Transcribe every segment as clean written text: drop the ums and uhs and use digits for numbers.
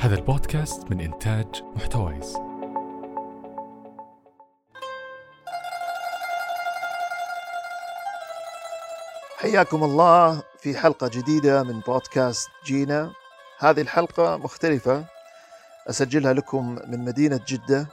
هذا البودكاست من إنتاج محتويس. حياكم الله في حلقة جديدة من بودكاست جينا. هذه الحلقة مختلفة، أسجلها لكم من مدينة جدة،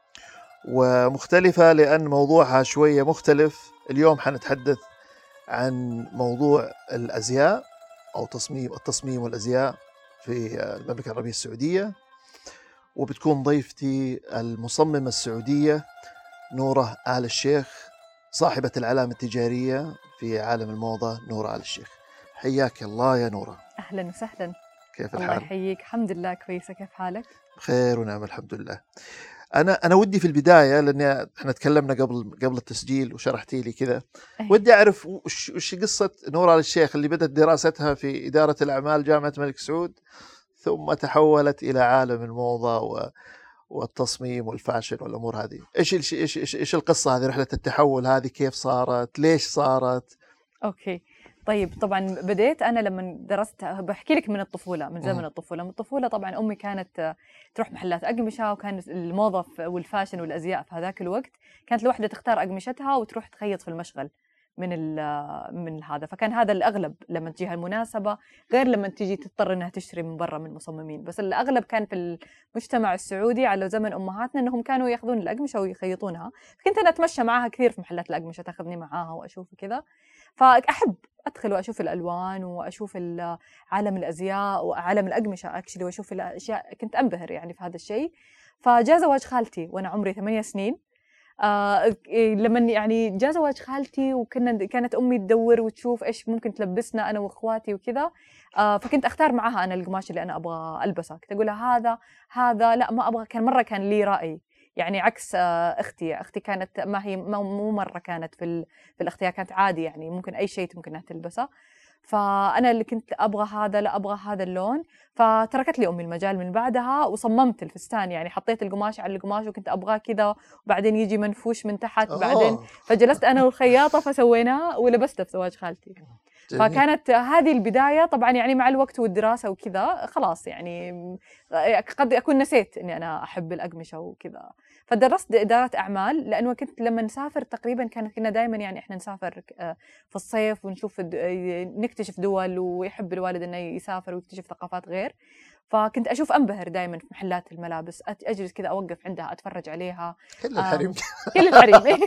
ومختلفة لأن موضوعها شوية مختلف. اليوم حنتحدث عن موضوع الأزياء أو التصميم والأزياء في المملكة العربية السعودية، وبتكون ضيفتي المصممة السعودية نورة آل الشيخ، صاحبة العلامة التجارية في عالم الموضة. نورة آل الشيخ، حياك الله يا نورة. أهلا وسهلا. كيف الحال؟ الله يحييك. الحمد لله كويسة، كيف حالك؟ بخير ونعم الحمد لله. أنا ودي في البداية، لأن إحنا تكلمنا قبل التسجيل وشرحتي لي كذا، ودي أعرف وش قصة نورة آل الشيخ اللي بدأت دراستها في إدارة الأعمال جامعة الملك سعود، ثم تحولت إلى عالم الموضة والتصميم والفاشن والأمور هذه. إيش القصة هذه، رحلة التحول هذه كيف صارت؟ ليش صارت؟ أوكي طيب، طبعا بديت أنا لما درست، بحكي لك من الطفولة، من زمن الطفولة. من الطفولة طبعا أمي كانت تروح محلات أقمشة، وكانت الموضة والفاشن والأزياء في هذاك الوقت كانت الوحدة تختار أقمشتها وتروح تخيط في المشغل من هذا. فكان هذا الأغلب لما تجيها المناسبة، غير لما تيجي تضطر أنها تشتري من برا من مصممين. بس الأغلب كان في المجتمع السعودي على زمن أمهاتنا أنهم كانوا يأخذون الأقمشة ويخيطونها. فكنت أنا أتمشى معاها كثير في محلات الأقمشة، تأخذني معاها وأشوف كذا. فأحب أدخل وأشوف الألوان وأشوف عالم الأزياء وعالم الأقمشة أكشلي، وأشوف الأشياء. كنت أنبهر يعني في هذا الشيء. فجاء زواج خالتي وأنا عمري 8 سنين. لما يعني جاء زواج خالتي كانت أمي تدور وتشوف إيش ممكن تلبسنا أنا وإخواتي وكذا. فكنت أختار معها أنا القماش اللي أنا أبغى ألبسه. كنت أقولها هذا لا ما أبغى. كان لي رأي يعني عكس أختي كانت ما هي مو مرة كانت في الاختيار، كانت عادي يعني ممكن أي شيء ممكن أنها تلبسه. فأنا اللي كنت أبغى هذا، لا أبغى هذا اللون. فتركت لي أمي المجال من بعدها، وصممت الفستان. يعني حطيت القماش على القماش وكنت أبغاه كذا، وبعدين يجي منفوش من تحت. بعدين فجلست أنا والخياطة فسويناه ولبسته في زواج خالتي. جميل. فكانت هذه البداية. طبعا يعني مع الوقت والدراسة وكذا خلاص يعني قد أكون نسيت أني أنا أحب الأقمشة وكذا. فدرست إدارة أعمال، لأنه كنت لما نسافر تقريبا كنا دائما يعني إحنا نسافر في الصيف ونشوف نكتشف دول، ويحب الوالد إنه يسافر ويكتشف ثقافات غير. فكنت أشوف أنبهر دائما في محلات الملابس، أجلس كذا أوقف عندها أتفرج عليها. كل الحريم كل الحريم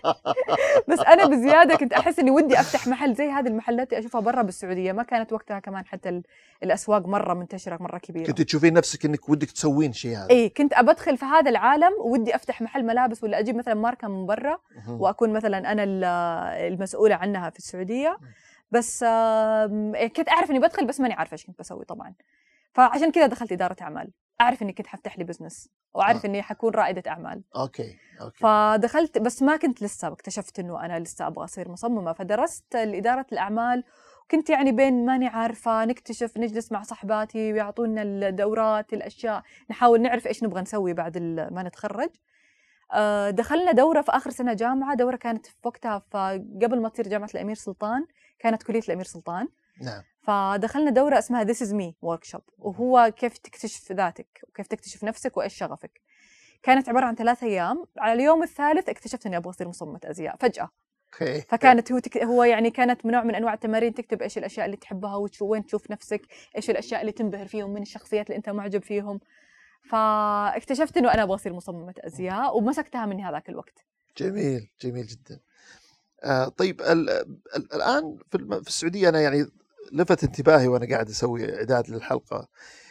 بس أنا بزيادة كنت أحس إني ودي أفتح محل زي هذه المحلات اللي أشوفها برا بالسعودية. ما كانت وقتها كمان حتى الأسواق مرة منتشرة، مرة كبيرة. كنت تشوفين نفسك إنك ودك تسوين شيء هذا؟ إيه، كنت أبدخل في هذا العالم ودي أفتح محل ملابس، ولا أجيب مثلا ماركة من برا وأكون مثلا أنا المسؤولة عنها في السعودية. بس كنت أعرف إني بدخل، بس ماني عارفة إيش كنت بسوي طبعا. فعشان كذا دخلت إدارة أعمال. أعرف إني كنت حفتح لي بزنس، وأعرف إني حكون رائدة أعمال. أوكي. فدخلت، بس ما كنت لسه اكتشفت إنه أنا لسه أبغى أصير مصممة. فدرست إدارة الأعمال، كنت يعني بين ماني عارفة، نكتشف، نجلس مع صحباتي ويعطونا الدورات، الأشياء، نحاول نعرف إيش نبغى نسوي بعد ما نتخرج. دخلنا دورة في آخر سنة جامعة. دورة كانت في وقتها قبل ما تصير جامعة الأمير سلطان، كانت كلية الأمير سلطان. نعم. فدخلنا دورة اسمها This is me workshop، وهو كيف تكتشف ذاتك وكيف تكتشف نفسك وإيش شغفك. كانت عبارة عن 3 أيام. على اليوم الثالث اكتشفت إني أبغى أصير مصممة أزياء فجأة. فكانت هو يعني كانت من نوع من أنواع التمارين، تكتب إيش الأشياء اللي تحبها وين تشوف نفسك، إيش الأشياء اللي تنبهر فيهم من الشخصيات اللي أنت معجب فيهم. فاكتشفت إنه أنا أبغى أصير مصممة أزياء، ومسكتها من هذاك الوقت. جميل جدا. طيب الآن في السعودية، أنا يعني لفت انتباهي وأنا قاعد أسوي إعداد للحلقة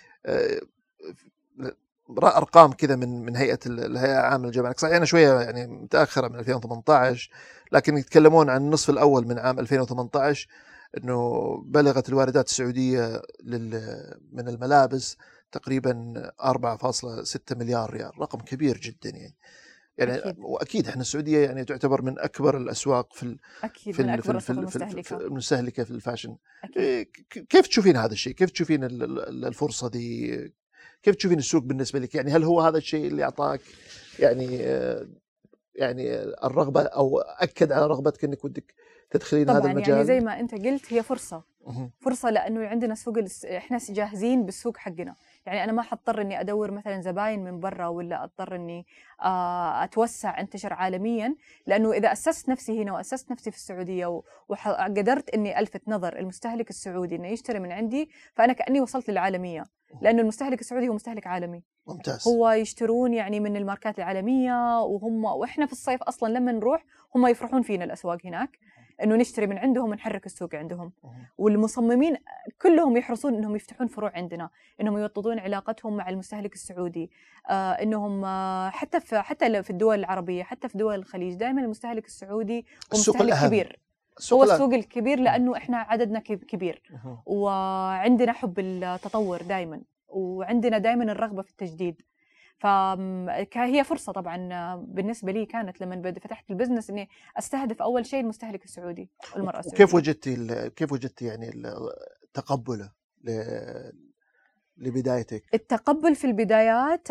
أرقام كذا من الهيئة العامة للجامعة. صحيح أنا شوية يعني متأخرة من 2018، لكن يتكلمون عن النصف الأول من عام 2018 أنه بلغت الواردات السعودية من الملابس تقريبا 4.6 مليار ريال. رقم كبير جدا يعني. واكيد احنا السعوديه يعني تعتبر من اكبر الاسواق المستهلكه في الفاشن. كيف تشوفين هذا الشيء؟ كيف تشوفين الفرصه دي؟ كيف تشوفين السوق بالنسبه لك؟ يعني هل هو هذا الشيء اللي اعطاك يعني الرغبه، او اكد على رغبتك انك ودك تدخلين هذا المجال؟ يعني زي ما انت قلت، هي فرصه لانه عندنا سوق، احنا جاهزين بالسوق حقنا. يعني أنا ما حضطر إني أدور مثلا زباين من برا، ولا أضطر إني أتوسع أنتشر عالميا، لأنه إذا أسست نفسي هنا وأسست نفسي في السعودية وقدرت إني ألفت نظر المستهلك السعودي إنه يشتري من عندي، فأنا كأني وصلت للعالمية، لأنه المستهلك السعودي هو مستهلك عالمي. ممتاز. هو يشترون يعني من الماركات العالمية، وإحنا في الصيف أصلا لما نروح هم يفرحون فينا الأسواق هناك، إنه نشتري من عندهم ونحرك السوق عندهم. والمصممين كلهم يحرصون إنهم يفتحون فروع عندنا، إنهم يوطدون علاقتهم مع المستهلك السعودي، إنهم حتى في الدول العربية، حتى في دول الخليج، دائما المستهلك السعودي هو مستهلك كبير. هو السوق الكبير، لأنه إحنا عددنا كبير، وعندنا حب التطور دائما، وعندنا دائما الرغبة في التجديد. فهي فرصة طبعا بالنسبة لي كانت لما فتحت البزنس إني أستهدف أول شيء المستهلك السعودي والمرأة السعودية. كيف وجدتي يعني تقبله لبدايتك؟ التقبل في البدايات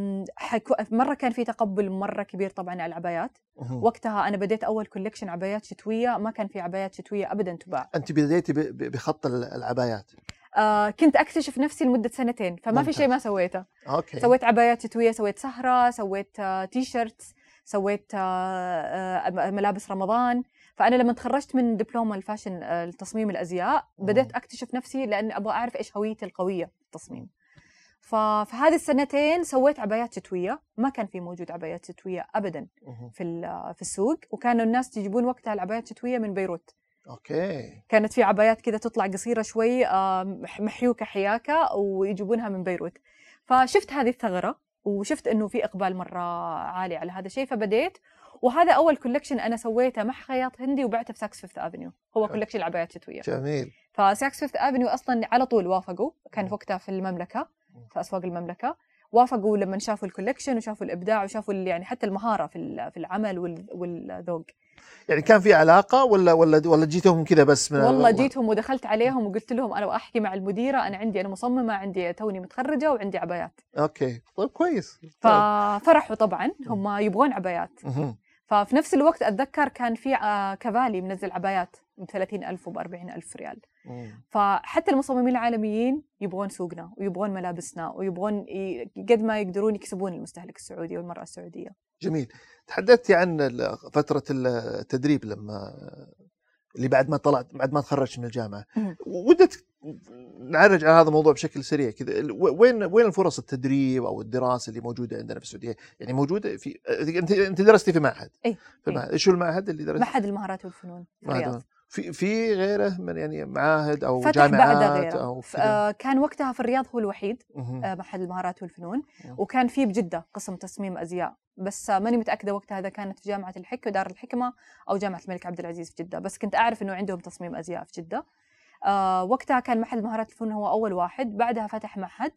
مرة كان في تقبل مرة كبير طبعا على العبايات. وقتها أنا بديت أول كولكشن عبايات شتوية، ما كان في عبايات شتوية أبدا تباع. أنت بديتي بخط العبايات؟ كنت أكتشف نفسي لمدة 2 سنين، فما في شيء ما سويته. أوكي. سويت عبايات شتوية، سويت سهرة، سويت تي شيرتس، سويت ملابس رمضان. فأنا لما تخرجت من دبلومة الفاشن التصميم الأزياء بديت أكتشف نفسي، لأن أبغى أعرف إيش هويتي القوية في التصميم. ففي هذه السنتين سويت عبايات شتوية. ما كان في موجود عبايات شتوية أبدا في السوق، وكانوا الناس تجيبون وقتها العبايات شتوية من بيروت. أوكي. كانت في عبايات كذا تطلع قصيرة شوي، محيوكة حياكة، ويجيبونها من بيروت. فشفت هذه الثغرة، وشفت إنه في إقبال مرة عالي على هذا الشيء، فبديت. وهذا أول كولكشن أنا سويته مع خياط هندي، وبعته في ساكس فيفث أفنيو، هو كولكشن العبايات الشتوية. جميل. فساكس فيفث أفنيو أصلاً على طول وافقوا، كان في وقتها في المملكة، في أسواق المملكة، وافقوا لما شافوا الكولكشن وشافوا الإبداع وشافوا يعني حتى المهارة في العمل والذوق. يعني كان في علاقة ولا جيتهم كذا بس من والله جيتهم ودخلت عليهم وقلت لهم أنا أحكي مع المديرة، أنا مصممة، عندي توني متخرجة وعندي عبايات. أوكي طيب كويس. ففرحوا طبعا، هم يبغون عبايات. ففي نفس الوقت أتذكر كان في كافالي منزل عبايات ب30,000 وب40,000 ريال. فحتى المصممين العالميين يبغون سوقنا ويبغون ملابسنا ويبغون قد ما يقدرون يكسبون المستهلك السعودي والمرأة السعودية. جميل. تحدثتي عن فترة التدريب اللي بعد ما تخرجت من الجامعة. ودت نعرج على هذا الموضوع بشكل سريع كذا. وين الفرص التدريب أو الدراسة اللي موجودة عندنا في السعودية؟ يعني موجودة في أنت درستي في معهد. شو المعهد اللي درستي؟ معهد المهارات والفنون في الرياض. في غيره من يعني معاهد أو فتح جامعات بعد غيره أو كان وقتها في الرياض هو الوحيد معهد المهارات والفنون. وكان في بجدة قسم تصميم أزياء، بس ماني متأكدة وقتها إذا كانت في جامعة دار الحكمة أو جامعة الملك عبد العزيز في جدة، بس كنت أعرف إنه عندهم تصميم أزياء في جدة. وقتها كان معهد المهارات والفنون هو أول واحد، بعدها فتح معهد،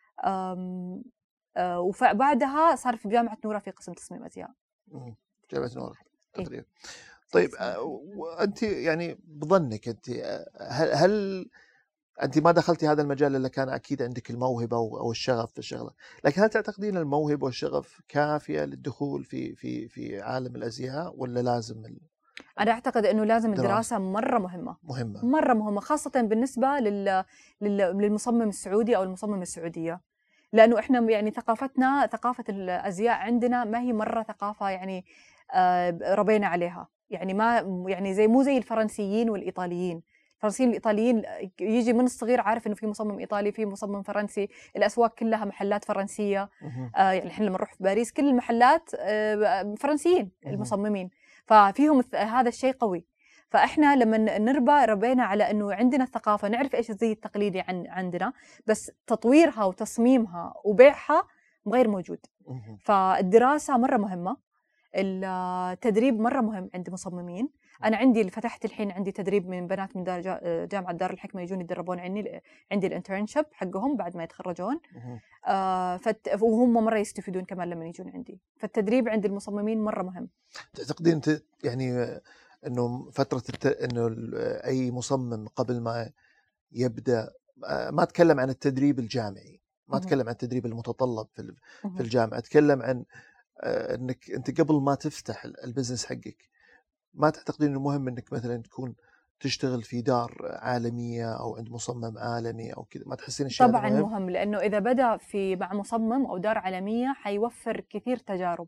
وبعدها صار في جامعة نورة في قسم تصميم أزياء. جامعة نورة. طيب أنت يعني بظنك أنت هل أنت ما دخلتي هذا المجال إلا كان أكيد عندك الموهبة أو الشغف في الشغلة، لكن هل تعتقدين الموهبة والشغف كافية للدخول في عالم الأزياء ولا لازم أنا أعتقد أنه لازم الدراسة مرة مهمة، خاصة بالنسبة للمصمم السعودي أو المصمم السعودية، لأنه إحنا يعني ثقافة الأزياء عندنا ما هي مرة ثقافة يعني ربينا عليها، يعني ما يعني مو زي الفرنسيين والإيطاليين. الفرنسيين والإيطاليين يجي من الصغير عارف إنه في مصمم إيطالي، في مصمم فرنسي، الأسواق كلها محلات فرنسية. يعني إحنا لما نروح في باريس كل المحلات فرنسيين المصممين، ففيهم هذا الشيء قوي. فإحنا لما ربينا على إنه عندنا الثقافة، نعرف إيش الزي التقليدي عندنا، بس تطويرها وتصميمها وبيعها غير موجود. فالدراسة مرة مهمة، التدريب مرة مهم عند مصممين. أنا فتحت الحين عندي تدريب من بنات من جامعة دار الحكمة يجون يتدربون عندي الانترنشيب حقهم بعد ما يتخرجون. وهم مرة يستفيدون كمان لما يجون عندي. فالتدريب عند المصممين مرة مهم. تعتقدين أنت يعني إنه فترة إنه أي مصمم قبل ما يبدأ، ما أتكلم عن التدريب الجامعي، ما أتكلم عن التدريب المتطلب في الجامعة، أتكلم عن انك انت قبل ما تفتح البزنس حقك، ما تعتقدين انه مهم انك مثلا تشتغل في دار عالمية أو عند مصمم عالمي أو كذا؟ ما تحسين الشيء طبعا هذا مهم، لأنه إذا بدأ مع مصمم أو دار عالمية حيوفر كثير تجارب،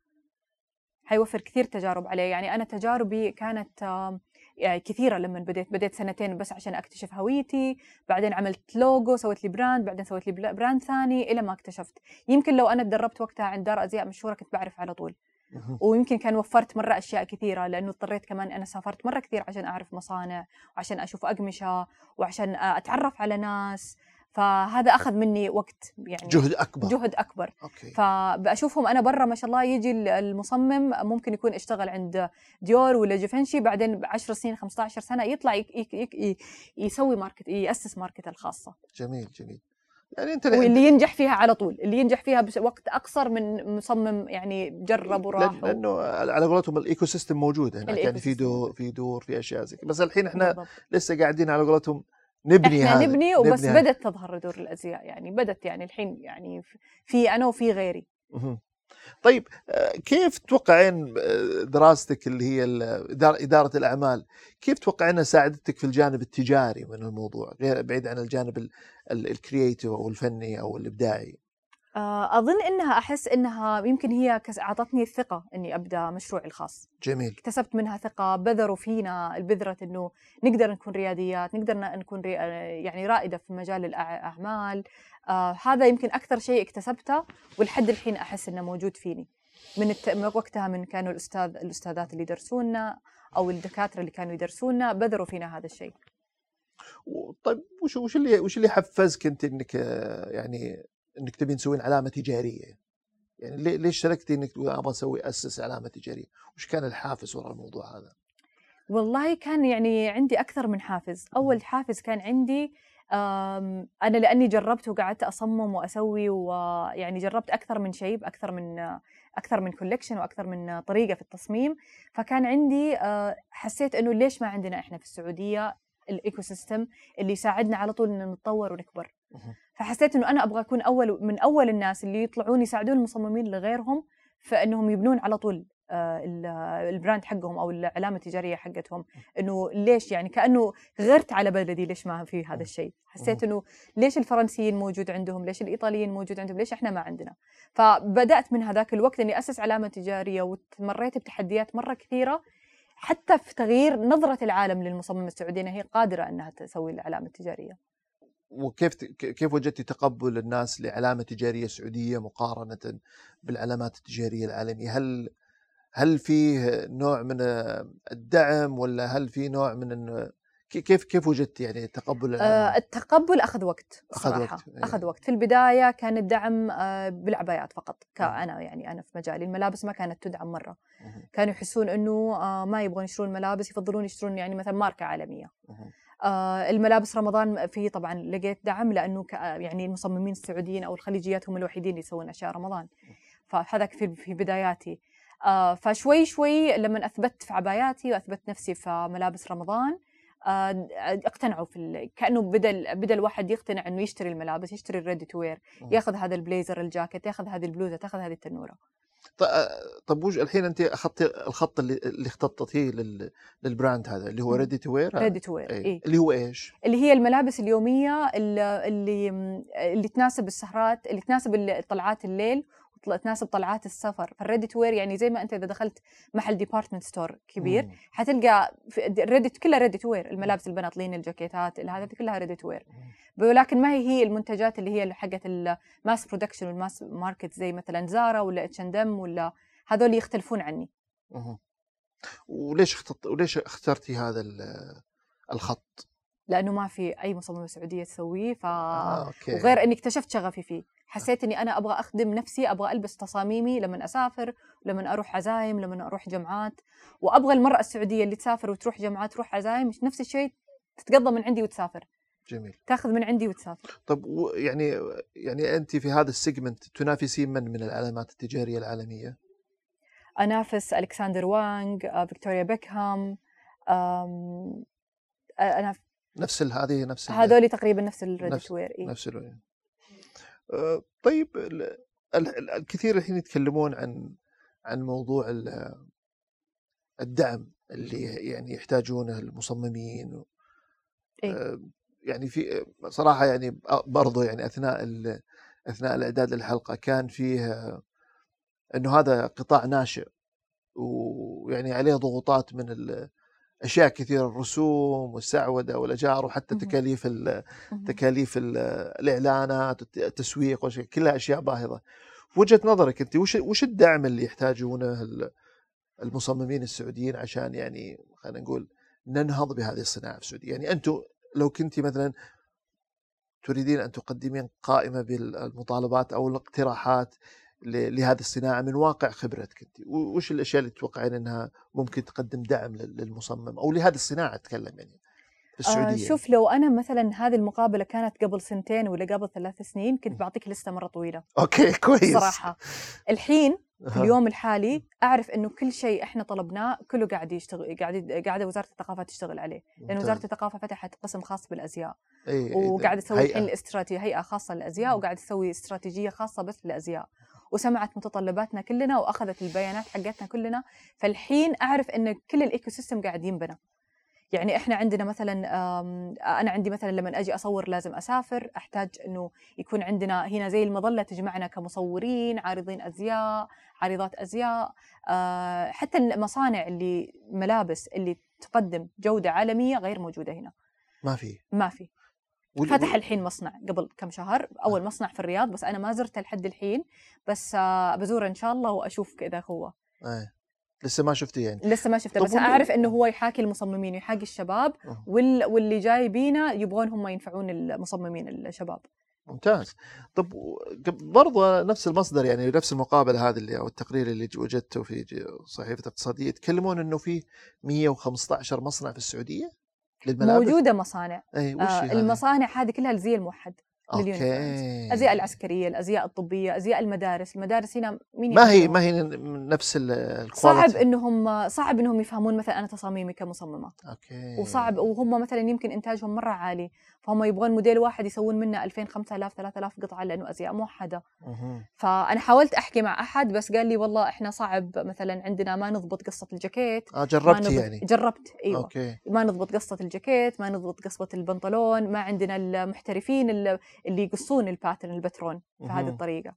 عليه. يعني أنا تجاربي كانت يعني كثيرة. لما بديت سنتين بس عشان أكتشف هويتي، بعدين عملت لوجو، سويت لي براند، بعدين سويت لي براند ثاني، إلى ما اكتشفت. يمكن لو أنا تدربت وقتها عند دار أزياء مشهورة كنت بعرف على طول، ويمكن كان وفرت مرة أشياء كثيرة، لأنه اضطريت كمان أنا سافرت مرة كثير عشان أعرف مصانع وعشان أشوف أقمشة وعشان أتعرف على ناس. فهذا أخذ مني وقت، يعني جهد أكبر. أوكي. فبأشوفهم أنا برا ما شاء الله، يجي المصمم ممكن يكون اشتغل عند ديور ولا جيفنشي، بعدين 10 سنين 15 سنة يطلع يسوي ماركت، يأسس ماركت الخاصة. جميل. يعني أنت واللي ينجح فيها على طول، اللي ينجح فيها بوقت أقصر من مصمم يعني جرب وراح. لأنه على قولتهم الإيكو سيستم موجود هناك، يعني في دور في أشياء زي كذا. بس الحين إحنا بالضبط. لسه قاعدين على قولتهم نبني إحنا نبني وبس. بدت تظهر دور الأزياء، يعني بدت، يعني الحين يعني في أنا وفي غيري. طيب كيف تتوقعين دراستك اللي هي إدارة الأعمال، كيف تتوقعينها ساعدتك في الجانب التجاري من الموضوع، غير بعيد عن الجانب الكرياتيف أو الفني أو الإبداعي؟ أظن إنها، أحس إنها يمكن هي أعطتني الثقة إني أبدأ مشروعي الخاص. جميل. اكتسبت منها ثقة، بذروا فينا البذرة إنه نقدر نكون رياديات، نقدر نكون يعني رائدة في مجال الأعمال. هذا يمكن أكثر شيء اكتسبته، ولحد الحين أحس إنه موجود فيني من وقتها، من كانوا الأستاذات اللي يدرسونا أو الدكاترة اللي كانوا يدرسونا، بذروا فينا هذا الشيء. طيب وش اللي حفزك أنت إنك تبين تسوين علامة تجارية؟ يعني ليش سلكتي إنك أبغى أسس علامة تجارية؟ وش كان الحافز وراء الموضوع هذا؟ والله كان يعني عندي أكثر من حافز. أول حافز كان عندي أنا لأني جربت وقعدت أصمم وأسوي، ويعني جربت أكثر من شيء، أكثر من كولكشن وأكثر من طريقة في التصميم. فكان عندي حسيت إنه ليش ما عندنا إحنا في السعودية الإيكو سيستم اللي يساعدنا على طول إن نتطور ونكبر. فحسيت إنه أنا أبغى أكون من أول الناس اللي يطلعون يساعدون المصممين لغيرهم فإنهم يبنون على طول البراند حقهم أو العلامة التجارية حقتهم. إنه ليش يعني كأنه غيرت على بلدي، ليش ما في هذا الشيء؟ حسيت إنه ليش الفرنسيين موجود عندهم، ليش الإيطاليين موجود عندهم، ليش إحنا ما عندنا؟ فبدأت من هذاك الوقت إني أسس علامة تجارية، ومريت بتحديات مرة كثيرة، حتى في تغيير نظرة العالم للمصمم السعودي أنها هي قادرة أنها تسوي العلامة التجارية. وكيف وجدتي تقبل الناس لعلامة تجارية سعودية مقارنة بالعلامات التجارية العالمية؟ هل فيه نوع من الدعم، ولا هل في نوع من كيف وجدت يعني تقبل التقبل أخذ وقت صراحة. أخذ وقت. في البداية كان الدعم بالعبايات فقط. كأنا يعني أنا في مجالي الملابس ما كانت تدعم مرة. كانوا يحسون إنه ما يبغون يشترون ملابس، يفضلون يشترون يعني مثلا ماركة عالمية. الملابس رمضان فيه طبعا لقيت دعم، لأنه يعني المصممين السعوديين أو الخليجيات هم الوحيدين اللي يسوون أشياء رمضان. فهذا في بداياتي. فشوي شوي لما أثبت في عباياتي وأثبت نفسي في ملابس رمضان، اقتنعوا كأنه بدأ الواحد يقتنع إنه يشتري الملابس، يشتري الريدي تو وير، ياخذ هذا البليزر، الجاكيت، ياخذ هذه البلوزة، تاخذ هذه التنورة. طب وش الحين أنت أخذت الخط اللي اختطتيه للبراند هذا اللي هو ريدي تو وير؟ ريدي تو وير إيه؟ اللي هو إيش؟ اللي هي الملابس اليومية اللي تناسب السهرات، اللي تناسب طلعات الليل تناسب طلعات السفر. فالريدي تو وير يعني زي ما انت اذا دخلت محل ديبارتمنت ستور كبير حتلقى كلها ريدي تو وير. الملابس، البناطلين، الجاكيتات، هذه كلها ريدي تو وير. ولكن ما هي المنتجات اللي هي حقت الماس برودكشن والماس ماركت زي مثلا زارا ولا اتش&ام ولا هذول يختلفون عني. وليش اخترتي هذا الخط؟ لأنه ما في أي مصممة سعودية تسويه. وغير أني اكتشفت شغفي فيه، حسيت أني أنا أبغى أخدم نفسي، أبغى ألبس تصاميمي لما أسافر، لما أروح عزايم، لما أروح جمعات. وأبغى المرأة السعودية اللي تسافر وتروح جمعات، تروح عزايم، نفس الشيء تتقضى من عندي وتسافر. جميل. تاخذ من عندي وتسافر. طب يعني أنت في هذا السيجمنت تنافسين من العلامات التجارية العالمية؟ أنافس ألكسندر وانغ، فيكتوريا بيكهام، أنا نفس هذول تقريبا نفس الريدي تو وير. نفس طيب الكثير الحين يتكلمون عن موضوع الدعم اللي يعني يحتاجونه المصممين. إيه؟ يعني في صراحة يعني برضو يعني أثناء الإعداد للحلقة كان فيه أنه هذا قطاع ناشئ، ويعني عليه ضغوطات من أشياء كثيرة، الرسوم والسعودة والأجار، وحتى تكاليف الإعلانات التسويق كلها أشياء باهظة. في وجهة نظرك أنت وش الدعم اللي يحتاجونه المصممين السعوديين عشان يعني خلينا نقول ننهض بهذه الصناعة في السعودية؟ يعني أنتم لو كنت مثلا تريدين أن تقدمين قائمة بالمطالبات أو الاقتراحات لهذه الصناعة من واقع خبرتك أنت، وش الأشياء اللي تتوقعين أنها ممكن تقدم دعم للمصمم أو لهذه الصناعة أتكلم يعني في السعودية؟ شوف، لو أنا مثلا هذه المقابلة كانت قبل 2 ولا قبل 3 سنين كنت بعطيك لستة مرة طويلة. أوكي كويس. صراحة الحين في اليوم الحالي أعرف إنه كل شيء إحنا طلبناه كله قاعد يشتغل، قاعدة وزارة الثقافة تشتغل عليه، لأن وزارة الثقافة فتحت قسم خاص بالأزياء، وقاعدة تسوي الحين الاستراتيجية، هيئة خاصة للأزياء، وقاعدة تسوي استراتيجية خاصة بس للأزياء، وسمعت متطلباتنا كلنا وأخذت البيانات حقتنا كلنا. فالحين أعرف إن كل الإيكو سيستم قاعد ينبنى. يعني إحنا عندنا مثلاً أنا عندي مثلاً لما أجي أصور لازم أسافر، أحتاج إنه يكون عندنا هنا زي المظلة تجمعنا كمصورين، عارضين أزياء، عارضات أزياء، حتى المصانع اللي ملابس اللي تقدم جودة عالمية غير موجودة هنا. ما في. فتح الحين مصنع قبل كم شهر، أول مصنع في الرياض، بس أنا ما زرته لحد الحين، بس بزور إن شاء الله وأشوف كذا هو. لسه ما شفته يعني؟ لسه ما شفته، بس أعرف إنه هو يحاكي المصممين ويحاكي الشباب، واللي جايبينه يبغون هم ينفعون المصممين الشباب. ممتاز. طب برضه نفس المصدر يعني نفس المقابلة هذه اللي أو التقرير اللي وجدته في صحيفة اقتصادية يتكلمون إنه في 115 مصنع في السعودية للملابس. موجودة مصانع. المصانع هذه كلها الزي الموحد لليونيفورمز، الأزياء العسكرية، الأزياء الطبية، أزياء المدارس هنا ما هي نفس الكواليتي. صعب إنهم يفهمون مثلا أنا تصاميمي كمصممة. وصعب، وهم مثلا يمكن إنتاجهم مرة عالي، فهم يبغون موديل واحد يسوون منه 2000 5000 3000 قطعة لأنه أزياء موحدة. فأنا حاولت أحكي مع أحد بس قال لي والله إحنا صعب، مثلا عندنا ما نضبط قصة الجاكيت. جربت يعني؟ جربت، أيوة. ما نضبط قصة الجاكيت، ما نضبط قصة البنطلون، ما عندنا المحترفين اللي يقصون الباترون بهذه الطريقة.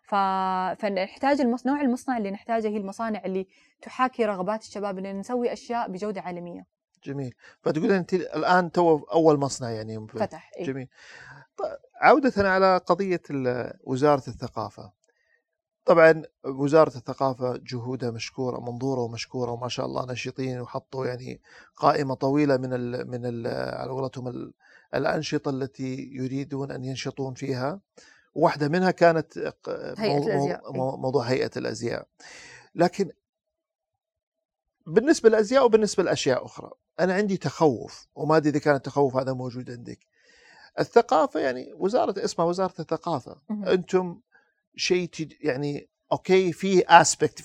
فنحتاج نوع المصنع اللي نحتاجه هي المصانع اللي تحاكي رغبات الشباب، إن نسوي أشياء بجودة عالمية. جميل. فتقول أنت الآن أول مصنع يعني فتح. جميل. عودة على قضية وزارة الثقافة، طبعا وزارة الثقافة جهودها مشكورة، منظورة ومشكورة، وما شاء الله نشيطين، وحطوا يعني قائمة طويلة من على قولتهم الأنشطة التي يريدون أن ينشطون فيها. واحدة منها كانت موضوع هيئة الأزياء. لكن بالنسبة للأزياء وبالنسبة لأشياء أخرى أنا عندي تخوف، وما أدري إذا كان التخوف هذا موجود عندك. الثقافة يعني اسمها وزارة الثقافة، أنتم شيء يعني أوكي، فيه أسبكت،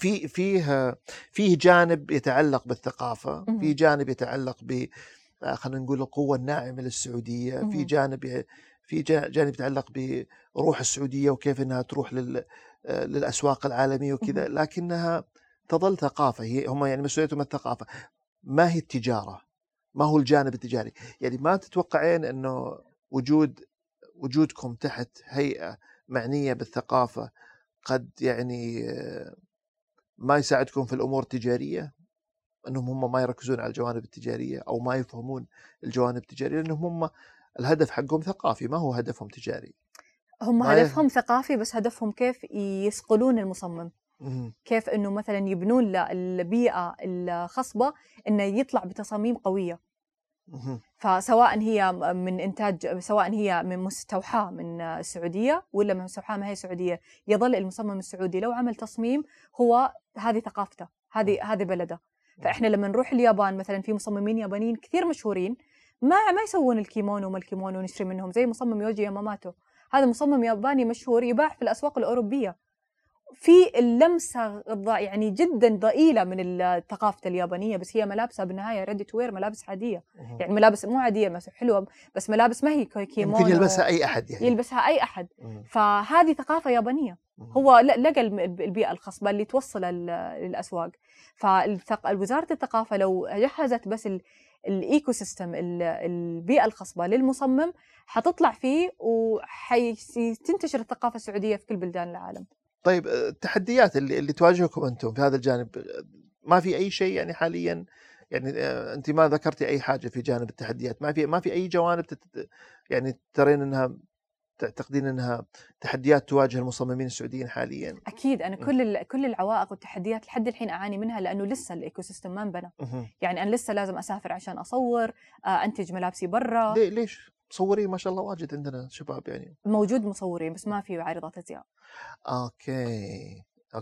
فيه جانب يتعلق بالثقافة، في جانب يتعلق خلينا نقول القوة الناعمة للسعودية، في جانب يتعلق بروح السعودية وكيف أنها تروح للأسواق العالمية وكذا، لكنها تظل ثقافة. هم يعني مسؤوليتهم الثقافة، ما هي التجارة، ما هو الجانب التجاري. يعني ما تتوقعين أنه وجودكم تحت هيئة معنية بالثقافة قد يعني ما يساعدكم في الأمور التجارية، أنهم هم ما يركزون على الجوانب التجارية أو ما يفهمون الجوانب التجارية، لأنهم هم الهدف حقهم ثقافي، ما هو هدفهم تجاري. هم هدفهم ثقافي، بس هدفهم كيف يسقلون المصمم، كيف أنه مثلا يبنون البيئة الخصبة أنه يطلع بتصاميم قوية. فسواء هي من إنتاج، سواء هي من مستوحاة من السعودية ولا من مستوحاة ما هي سعودية، يظل المصمم السعودي لو عمل تصميم هو هذه ثقافته، هذه بلده. فإحنا لما نروح اليابان مثلا في مصممين يابانيين كثير مشهورين ما يسوون الكيمونو نشتري منهم، زي مصمم يوجي ياماماتو، هذا مصمم ياباني مشهور يباع في الأسواق الأوروبية، في اللمسة يعني جدا ضئيلة من الثقافة اليابانية، بس هي ملابسها بالنهاية ريدي تو وير، ملابس عادية. يعني ملابس مو عادية بس حلوة، بس ملابس ما هي كيمونو ممكن يلبسها أي أحد يعني. يلبسها أي أحد. فهذه ثقافة يابانية. هو لقى البيئة الخصبة اللي توصل للأسواق. فوزارة الثقافة لو جهزت بس الايكو سيستم، البيئة الخصبة للمصمم، حتطلع فيه وحتنتشر الثقافة السعودية في كل بلدان العالم. طيب التحديات اللي تواجهكم أنتم في هذا الجانب، ما في أي شيء يعني حاليا؟ يعني أنت ما ذكرتي أي حاجة في جانب التحديات، ما في أي جوانب يعني ترين أنها، تعتقدين أنها تحديات تواجه المصممين السعوديين حاليا؟ أكيد أنا كل العوائق والتحديات لحد الحين أعاني منها، لأنه لسه الإيكو سيستم ما انبنى. يعني أنا لسه لازم أسافر عشان أصور، أنتج ملابسي برا. ليش؟ مصورين ما شاء الله واجد عندنا شباب يعني. موجود مصورين بس ما في عارضات أزياء. أوكي.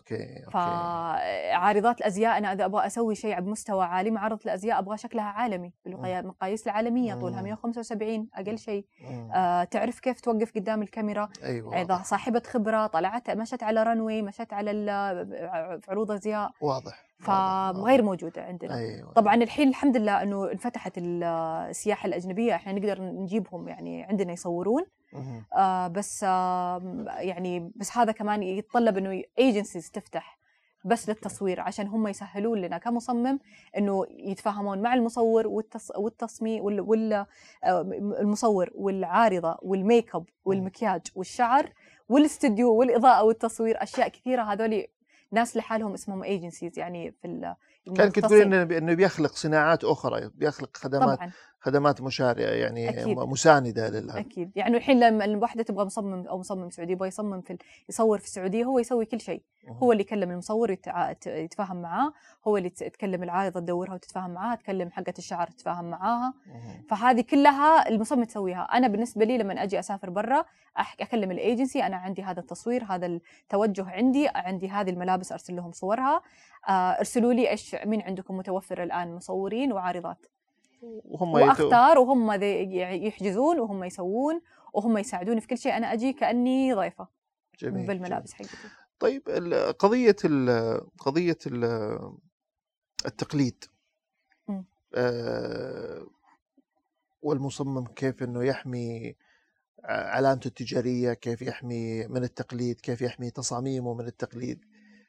فعارضات الأزياء أنا إذا أبغى أسوي شيء بمستوى عالي، معرضة الأزياء أبغى شكلها عالمي بالمقاييس العالمية، طولها 175 أقل شيء. تعرف كيف توقف قدام الكاميرا. أيوة. إذا صاحبة خبرة طلعت مشت على رنوي، مشت على عروض أزياء. واضح. فغير موجودة عندنا. أيوة. طبعا الحين الحمد لله أنه انفتحت السياحة الأجنبية، إحنا نقدر نجيبهم يعني عندنا يصورون. بس يعني بس هذا كمان يتطلب انه ايجنسيز تفتح بس للتصوير، عشان هم يسهلون لنا كمصمم انه يتفاهمون مع المصور والتصميم والمصور والعارضه والميك اب والمكياج والشعر والاستديو والاضاءه والتصوير، اشياء كثيره. هذول ناس لحالهم اسمهم ايجنسيز يعني في كان كنت تقولين انه بيخلق صناعات اخرى، بيخلق خدمات طبعاً. خدمات مشارعه يعني. أكيد. مسانده للهذا. اكيد. يعني الحين لما الوحده تبغى مصمم او مصمم سعودي يبغى يصمم يصور في السعوديه، هو يسوي كل شيء. هو اللي يكلم المصور يتفاهم معاه، هو اللي تكلم العارضه تدورها وتتفاهم معاها، تكلم حقه الشعر تتفاهم معاها. فهذه كلها المصمم تسويها. انا بالنسبه لي لما اجي اسافر برا اكلم الايجنسي، انا عندي هذا التصوير، هذا التوجه، عندي هذه الملابس، ارسل لهم صورها، ارسلوا لي ايش مين عندكم متوفر الان مصورين وعارضات، واختار وهم يحجزون وهم يسوون وهم يساعدوني في كل شيء. انا اجي كاني ضيفه. جميل. بالملابس حقتي. طيب قضيه التقليد والمصمم كيف انه يحمي علامته التجاريه، كيف يحمي من التقليد، كيف يحمي تصاميمه من التقليد.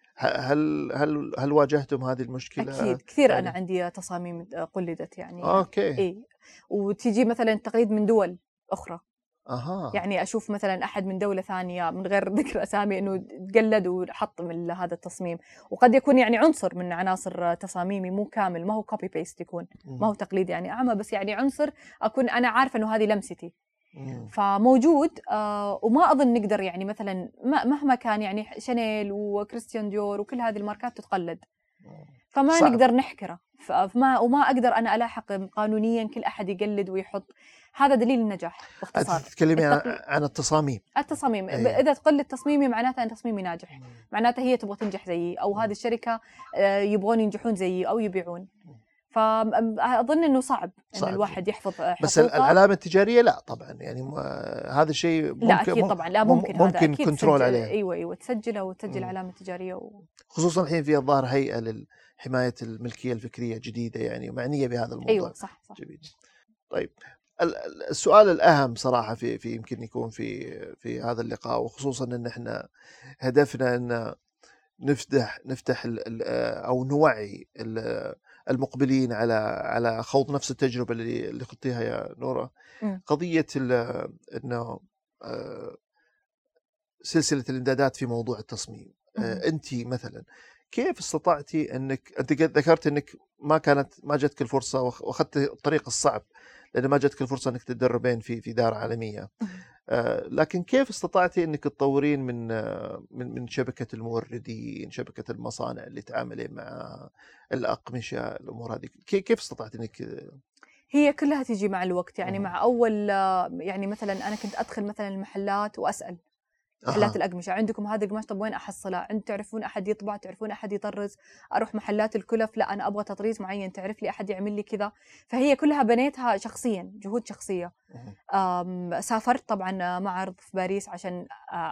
هل واجهتم هذه المشكلة؟ أكيد كثير يعني. أنا عندي تصاميم قلدت يعني. أوكي. إيه. وتيجي مثلا تقليد من دول أخرى. أها. يعني أشوف مثلا أحد من دولة ثانية من غير ذكر أسامي إنه تقلد وحط من هذا التصميم، وقد يكون يعني عنصر من عناصر تصاميمي مو كامل، ما هو كوبي بيست، يكون ما هو تقليد يعني أعمى، بس يعني عنصر أكون أنا عارفة إنه هذه لمستي. فموجود. وما أظن نقدر يعني مثلا مهما كان يعني شانيل وكريستيان ديور وكل هذه الماركات تتقلد، فما صعب. نقدر نحكره. وما أقدر أنا ألاحق قانونيا كل أحد يقلد ويحط. هذا دليل النجاح باختصار. تتكلمي عن التصاميم. أيه. إذا تقلد تصميمي معناته أن تصميمي ناجح، معناته هي تبغى تنجح زيي، أو هذه الشركة يبغون ينجحون زيي أو يبيعون. فأظن أنه صعب أن الواحد يحفظ حقوقه. بس العلامة التجارية لا طبعا يعني هذا الشيء ممكن. لا أكيد طبعا لا ممكن كنترول عليه. أيوة تسجله وتسجل علامة تجارية خصوصا الحين في الظاهر هيئة لحماية الملكية الفكرية جديدة يعني معنية بهذا الموضوع. أيوة صح. جميل. طيب السؤال الأهم صراحة في يمكن يكون في هذا اللقاء، وخصوصا أن احنا هدفنا أن نفتح أو نوعي المقبلين على خوض نفس التجربة اللي خضتيها يا نورة. قضية إنه سلسلة الإمدادات في موضوع التصميم. أنت مثلا كيف استطعتي أنت ذكرت أنك ما جتك الفرصة وأخذت الطريق الصعب لأن ما جتك الفرصة أنك تتدربين في دار عالمية. لكن كيف استطعتي أنك تطورين من شبكة الموردين، شبكة المصانع اللي تعاملين مع الأقمشة، الأمور هذه كيف استطعت أنك؟ هي كلها تيجي مع الوقت يعني. مع أول يعني مثلا أنا كنت أدخل مثلا المحلات وأسأل محلات الأقمشة، عندكم هذا القماش؟ طب وين أحصله؟ تعرفون أحد يطبع؟ تعرفون أحد يطرز؟ أروح محلات الكلف، لا أنا أبغى تطريز معين، تعرف لي أحد يعمل لي كذا. فهي كلها بنيتها شخصيا، جهود شخصية. سافرت طبعا معرض في باريس عشان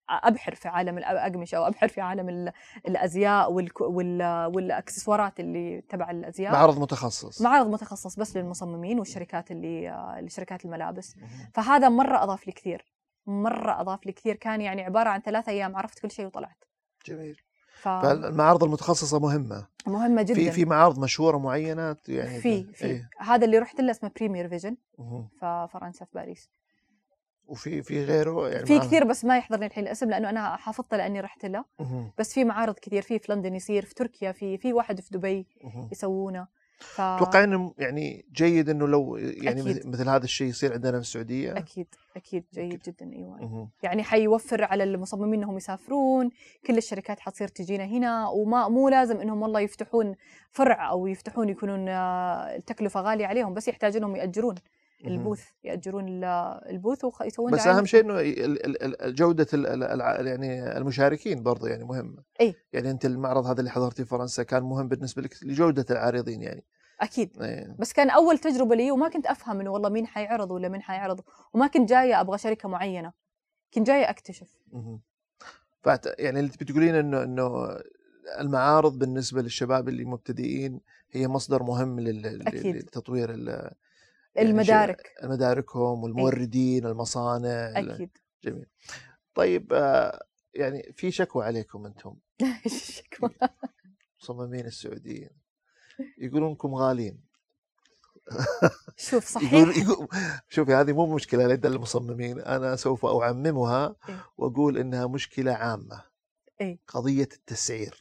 ابحر في عالم الاقمشه او ابحر في عالم الازياء والاكسسوارات اللي تبع الازياء. معرض متخصص بس للمصممين والشركات لشركات الملابس. فهذا مره اضاف لي كثير، كان يعني عباره عن 3 أيام عرفت كل شيء وطلعت. جميل. فالمعارض المتخصصة مهمة جدا. في معارض مشهورة معينة يعني في هذا اللي رحت له اسمه بريمير فيجن في فرنسا في باريس. وفي غيره يعني في كثير بس ما يحضرني الحين الاسم لانه انا حافظته لاني رحت له. بس في معارض كثير، في لندن يصير، في تركيا، في واحد في دبي يسوونه. اتوقع انه يعني جيد انه لو يعني أكيد. مثل هذا الشيء يصير عندنا في السعوديه. اكيد جيد جدا. ايوه يعني حيوفر على المصممين انهم يسافرون، كل الشركات حتصير تجينا هنا، وما مو لازم انهم والله يفتحون فرع او يفتحون يكونون التكلفه غاليه عليهم، بس يحتاج انهم ياجرون يأجرون البوث ويسوون. بس أهم شيء إنه جودة يعني المشاركين برضه يعني مهمة. يعني أنت المعرض هذا اللي حضرتيه في فرنسا كان مهم بالنسبة لك لجودة العارضين يعني. أكيد. بس كان أول تجربة لي وما كنت أفهم إنه والله مين حيعرض ولا مين حيعرض، وما كنت جاية أبغى شركة معينة، كنت جاية أكتشف. يعني اللي بتقولين إنه المعارض بالنسبة للشباب اللي مبتدئين هي مصدر مهم لتطوير المدارك، يعني مداركهم والموردين المصانع. أكيد. جميل. طيب يعني في شكوى عليكم أنتم شكوى مصممين السعوديين يقولونكم غالين. شوف صحيح. شوفي هذه مو مشكلة لدى المصممين، أنا سوف أعممها وأقول إنها مشكلة عامة. قضية التسعير.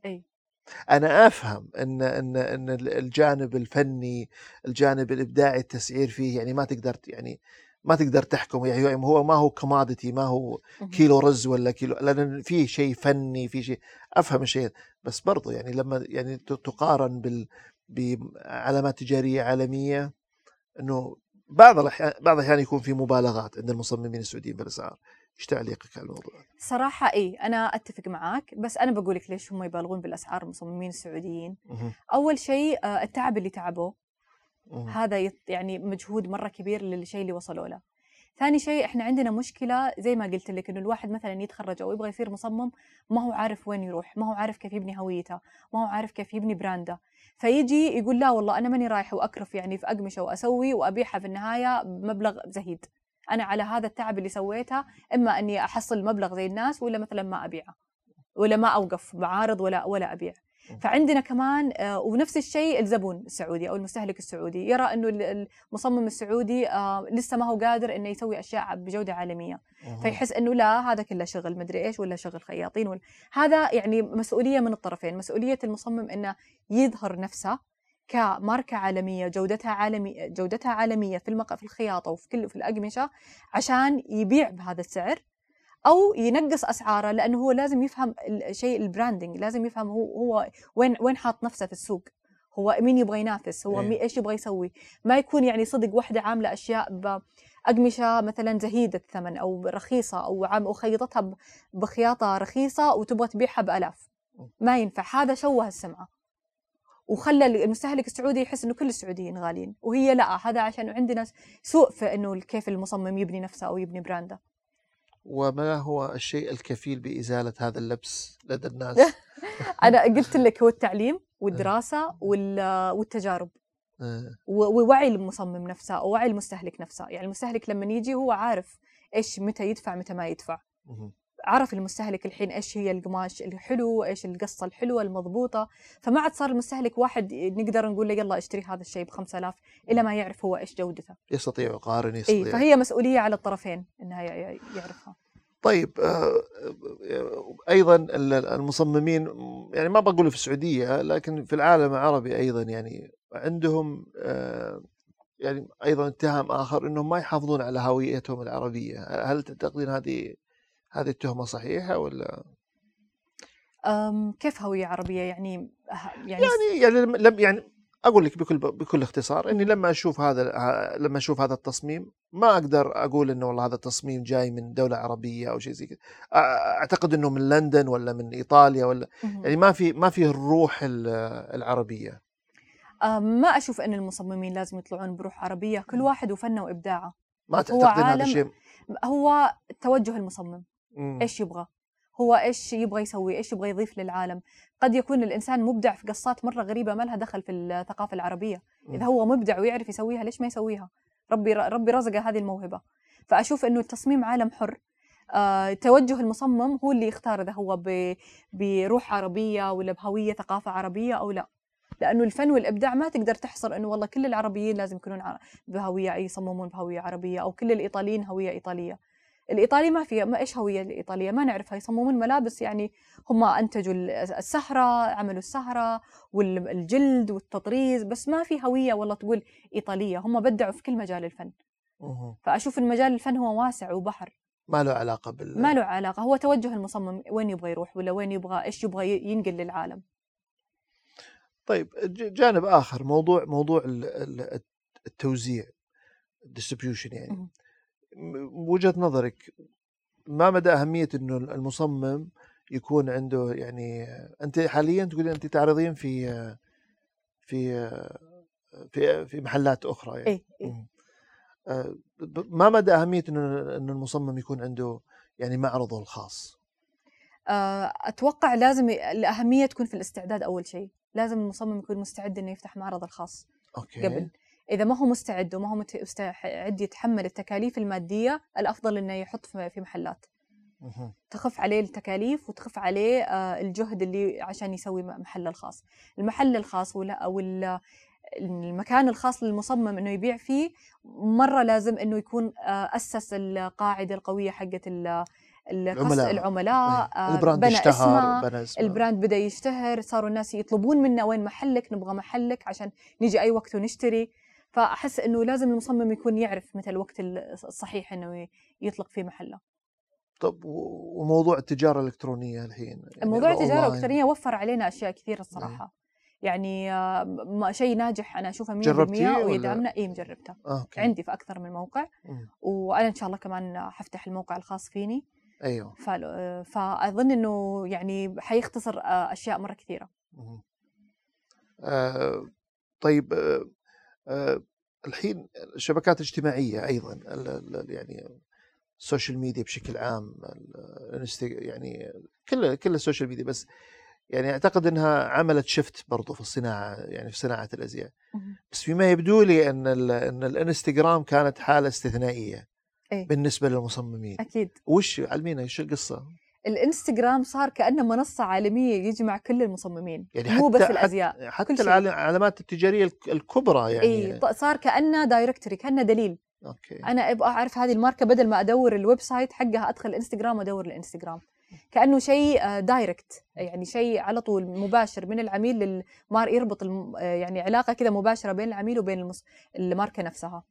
أنا أفهم إن الجانب الفني، الجانب الإبداعي، التسعير فيه يعني ما تقدر تحكم، يعني هو ما هو كوموديتي، ما هو كيلو رز ولا كيلو، لأن فيه شيء فني، فيه شيء أفهم الشيء. بس برضو يعني لما يعني تقارن بعلامات تجارية عالمية، إنه بعض الأحيان يكون في مبالغات عند المصممين السعوديين بالأسعار. إيش تعليقك على الموضوع؟ صراحة أنا أتفق معاك، بس أنا بقولك ليش هم يبالغون بالأسعار المصممين السعوديين. أول شيء التعب اللي تعبوه، هذا يعني مجهود مرة كبير للشيء اللي وصلوا له. ثاني شيء إحنا عندنا مشكلة زي ما قلت لك، إنه الواحد مثلا يتخرج أو يبغى يصير مصمم، ما هو عارف وين يروح، ما هو عارف كيف يبني هويته، ما هو عارف كيف يبني برانده، فيجي يقول لا والله أنا ماني رايح وأكرف يعني في أقمشة وأسوي وأبيعها في النهاية بمبلغ زهيد. أنا على هذا التعب اللي سويته إما أني أحصل مبلغ زي الناس، ولا مثلا ما أبيعه، ولا ما أوقف معارض ولا أبيع. فعندنا كمان ونفس الشيء الزبون السعودي أو المستهلك السعودي يرى أنه المصمم السعودي لسه ما هو قادر أنه يسوي أشياء بجودة عالمية، فيحس أنه لا هذا كله شغل مدري إيش ولا شغل خياطين هذا يعني مسؤولية من الطرفين. مسؤولية المصمم أنه يظهر نفسه كماركة عالمية، جودتها عالمية في الخياطة وفي الأقمشة، عشان يبيع بهذا السعر أو ينقص أسعاره، لأنه هو لازم يفهم الشيء البراندنج، لازم يفهم هو وين حاط نفسه في السوق، هو مين يبغى ينافس، هو إيش يبغى يسوي. ما يكون يعني صدق واحدة عاملة أشياء بأقمشة مثلا زهيدة الثمن أو رخيصة أو خيطتها بخياطة رخيصة وتبغى تبيعها بألاف، ما ينفع. هذا شوه السمعة وخلى المستهلك السعودي يحس إنه كل السعوديين غاليين، وهي لا، هذا عشان عندنا سوء في إنه كيف المصمم يبني نفسه أو يبني برانده. وما هو الشيء الكفيل بإزالة هذا اللبس لدى الناس؟ أنا قلت لك هو التعليم والدراسة والتجارب ووعي المصمم نفسه أو وعي المستهلك نفسه. يعني المستهلك لما يجي هو عارف إيش متى يدفع متى ما يدفع. عرف المستهلك الحين إيش هي القماش الحلو، إيش القصة الحلوة المضبوطة، فما عاد صار المستهلك واحد نقدر نقول له يلا اشتري هذا الشيء ب5,000 إلا ما يعرف هو إيش جودته. يستطيع يقارن، يستطيع. فهي مسؤولية على الطرفين إنها يعرفها. طيب أيضا المصممين يعني ما بقول في السعودية لكن في العالم العربي أيضا يعني عندهم يعني أيضا اتهام آخر إنهم ما يحافظون على هويتهم العربية. هل تعتقدين هذه التهمة صحيحة ولا؟ كيف هوية عربية يعني لم يعني أقول لك بكل اختصار إني لما أشوف هذا التصميم ما أقدر أقول إنه والله هذا التصميم جاي من دولة عربية أو شيء زي كذا. أعتقد إنه من لندن ولا من إيطاليا ولا يعني ما في الروح العربية. ما أشوف أن المصممين لازم يطلعون بروح عربية، كل واحد وفنه وإبداعه. ما تعتقدين هذا الشيء؟ هو توجه المصمم إيش يبغى، هو إيش يبغى يسوي، إيش يبغى يضيف للعالم. قد يكون الإنسان مبدع في قصات مرة غريبة ما لها دخل في الثقافة العربية. إذا هو مبدع ويعرف يسويها ليش ما يسويها؟ ربي رزقه هذه الموهبة. فأشوف إنه التصميم عالم حر. توجه المصمم هو اللي يختار إذا هو بروح عربية ولا بهوية ثقافة عربية أو لا. لأنه الفن والإبداع ما تقدر تحصر إنه والله كل العربيين لازم يكونون بهوية يصممون بهوية عربية، أو كل الإيطاليين هوية إيطالية. الإيطالي ما فيها، ما إيش هوية الإيطالية ما نعرفها، يصممون ملابس يعني هم أنتجوا السهرة، عملوا السهرة والجلد والتطريز، بس ما في هوية والله تقول إيطالية. هم بدعوا في كل مجال الفن. فأشوف المجال الفن هو واسع وبحر، ما له علاقة ما له علاقة. هو توجه المصمم وين يبغى يروح ولا وين يبغى إيش يبغى ينقل للعالم. طيب جانب آخر، موضوع التوزيع distribution، يعني وجهة نظرك ما مدى أهمية إنه المصمم يكون عنده، يعني أنت حاليا تقولين أنت تعرضين في محلات أخرى يعني. إيه. ما مدى أهمية إنه المصمم يكون عنده يعني معرضه الخاص؟ أتوقع لازم الأهمية تكون في الاستعداد. أول شيء لازم المصمم يكون مستعد إنه يفتح معرض الخاص. أوكي. قبل، إذا ما هو مستعد وما هو مستعد يتحمل التكاليف المادية، الأفضل إنه يحط في محلات. تخف عليه التكاليف وتخف عليه الجهد اللي عشان يسوي محل الخاص. المحل الخاص أو المكان الخاص للمصمم إنه يبيع فيه، مرة لازم إنه يكون أسس القاعدة القوية حقت العملاء. البراند بنى اشتهر، اسمه، البراند بدأ يشتهر، صاروا الناس يطلبون منا وين محلك، نبغى محلك عشان نيجي أي وقت ونشتري. فأحس إنه لازم المصمم يكون يعرف متى الوقت الصحيح إنه يطلق فيه محله. طب وموضوع التجارة الإلكترونية الحين، يعني موضوع التجارة الإلكترونية وفر علينا أشياء كثيرة الصراحة. يعني شيء ناجح أنا أشوفه 100% ويدعمنا. مجربته. عندي في أكثر من موقع. وأنا إن شاء الله كمان حفتح الموقع الخاص فيني. أيوه. فأظن إنه يعني حيختصر أشياء مرة كثيرة. طيب الحين الشبكات الاجتماعية أيضا، يعني السوشيال ميديا بشكل عام، يعني كل السوشيال ميديا، بس يعني أعتقد أنها عملت شفت برضو في الصناعة، يعني في صناعة الأزياء. بس فيما يبدو لي أن الانستغرام كانت حالة استثنائية بالنسبة للمصممين. أكيد. وش علمينا إيش القصة؟ الانستغرام صار كأنه منصة عالمية يجمع كل المصممين، يعني مو بس الأزياء، حتى العلامات التجارية الكبرى يعني. صار كأنه دايركتوري، كأنه دليل. أوكي. أنا أبغى أعرف هذه الماركة، بدل ما أدور الويب سايت حقها أدخل الانستغرام وأدور الانستغرام. كأنه شيء دايركت، يعني شيء على طول مباشر من العميل يربط يعني علاقة كذا مباشرة بين العميل وبين الماركة نفسها.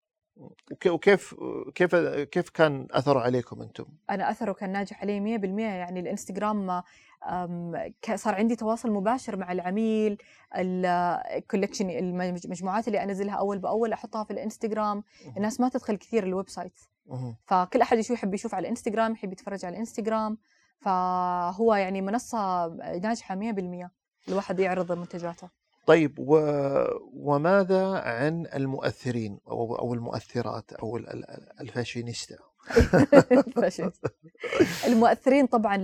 وكيف كان أثره عليكم أنتم؟ أنا أثره كان ناجح علي 100%. يعني الانستغرام صار عندي تواصل مباشر مع العميل. الكولكشن، المجموعات اللي أنزلها أول بأول أحطها في الانستغرام. الناس ما تدخل كثير الويب سايت، فكل أحد يحب يشوف على الانستغرام، يحب يتفرج على الانستغرام. فهو يعني منصة ناجحة 100%، الواحد يعرض منتجاته. طيب وماذا عن المؤثرين أو المؤثرات أو الفاشينيستا؟ المؤثرين طبعا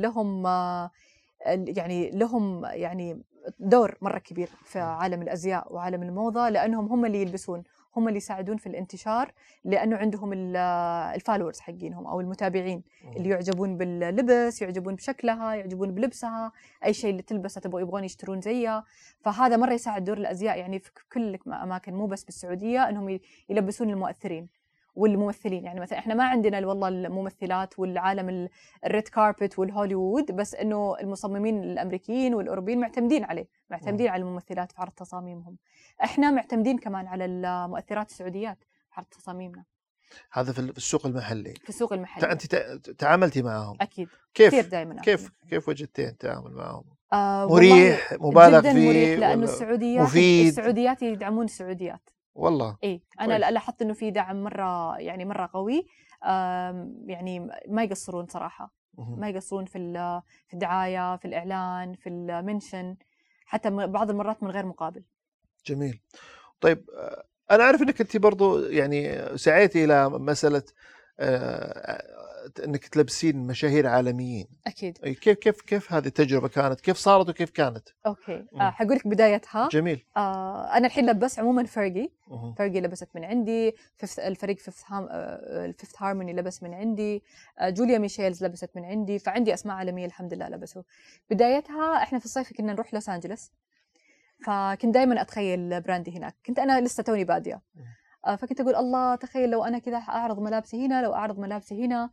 لهم يعني دور مرة كبير في عالم الأزياء وعالم الموضة، لأنهم هم اللي يلبسون، هم اللي يساعدون في الانتشار، لأنه عندهم الفالورز حقينهم أو المتابعين اللي يعجبون باللبس، يعجبون بشكلها، يعجبون بلبسها، أي شيء اللي تلبسه يبغون يشترون زيها. فهذا مرة يساعد دور الأزياء يعني في كل أماكن، مو بس بالسعودية، أنهم يلبسون المؤثرين والممثلين. يعني مثلا احنا ما عندنا والله الممثلات والعالم الريد كاربت والهوليوود، بس انه المصممين الامريكيين والاوروبيين معتمدين عليه، معتمدين على الممثلات في عرض تصاميمهم. احنا معتمدين كمان على المؤثرات السعوديات في عرض تصاميمنا. هذا في السوق المحلي. في السوق المحلي. انت تعاملتي معهم؟ اكيد. كيف دائما كيف وجدتين التعامل معهم؟ مريح، مبالغ جداً فيه، مريح، لانه السعوديات يدعمون السعوديات. والله انا لاحظت انه في دعم مره قوي. يعني ما يقصرون صراحه، ما يقصرون في الدعايه، في الاعلان، في المنشن، حتى بعض المرات من غير مقابل. جميل. طيب انا اعرف انك انت برضو يعني سعيتي الى مساله انك تلبسين مشاهير عالميين. اكيد. كيف هذه التجربه كانت؟ كيف صارت وكيف كانت؟ اوكي حقول لك بدايتها. جميل. انا الحين لبس عموما فيرجي لبست من عندي، الفريق فيفث هارموني لبس من عندي، جوليا ميشيلز لبست من عندي، فعندي اسماء عالميه الحمد لله لبسوا. بدايتها احنا في الصيف كنا نروح لوس أنجلوس، فكنت دائما اتخيل براندي هناك. كنت انا لسه توني باديه، فكنت اقول الله تخيل لو انا كذا اعرض ملابسي هنا، لو اعرض ملابسي هنا.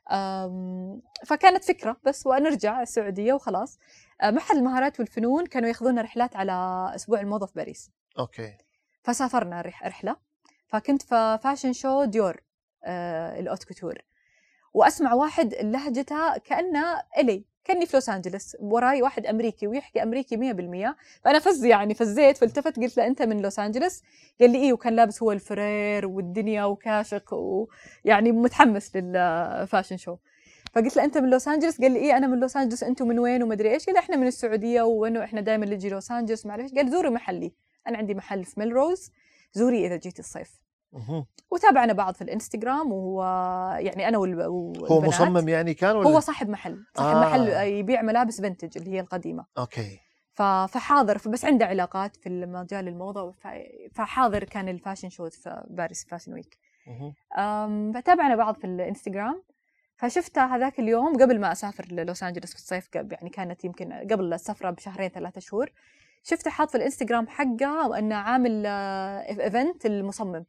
فكانت فكره بس، ونرجع السعوديه وخلاص. محل المهارات والفنون كانوا ياخذونا رحلات على اسبوع الموضه في باريس. اوكي. فسافرنا رحله، فكنت في فاشن شو ديور الاوت كوتور، واسمع واحد لهجته كانه الي، كاني في لوس أنجلوس، وراي واحد امريكي ويحكي امريكي 100%. فانا فزيت فالتفت قلت له انت من لوس أنجلوس؟ قال لي ايه، وكان لابس هو الفرير والدنيا وكاشق ويعني متحمس للفاشن شو. فقلت له انت من لوس أنجلوس؟ قال لي ايه انا من لوس أنجلوس، انتم من وين وما ادري ايش. قال احنا من السعوديه، وانه احنا دائما نجي لوس أنجلوس ما اعرف. قال زوري محلي، انا عندي محل في ميلروز، زوري اذا جيتي الصيف. وتابعنا بعض في الانستغرام، وهو يعني انا هو مصمم يعني كان ولا؟ هو صاحب محل محل يبيع ملابس فينتج اللي هي القديمه. اوكي. فحاضر، بس عنده علاقات في مجال الموضه، فحاضر كان الفاشن شو في باريس فاشن ويك. فتابعنا بعض في الانستغرام، فشفت هذاك اليوم قبل ما اسافر للوس أنجلوس في الصيف، يعني كانت يمكن قبل السفره بشهرين 3 شهور. شفته حاط في الانستغرام حقه انه عامل ايفنت المصمم.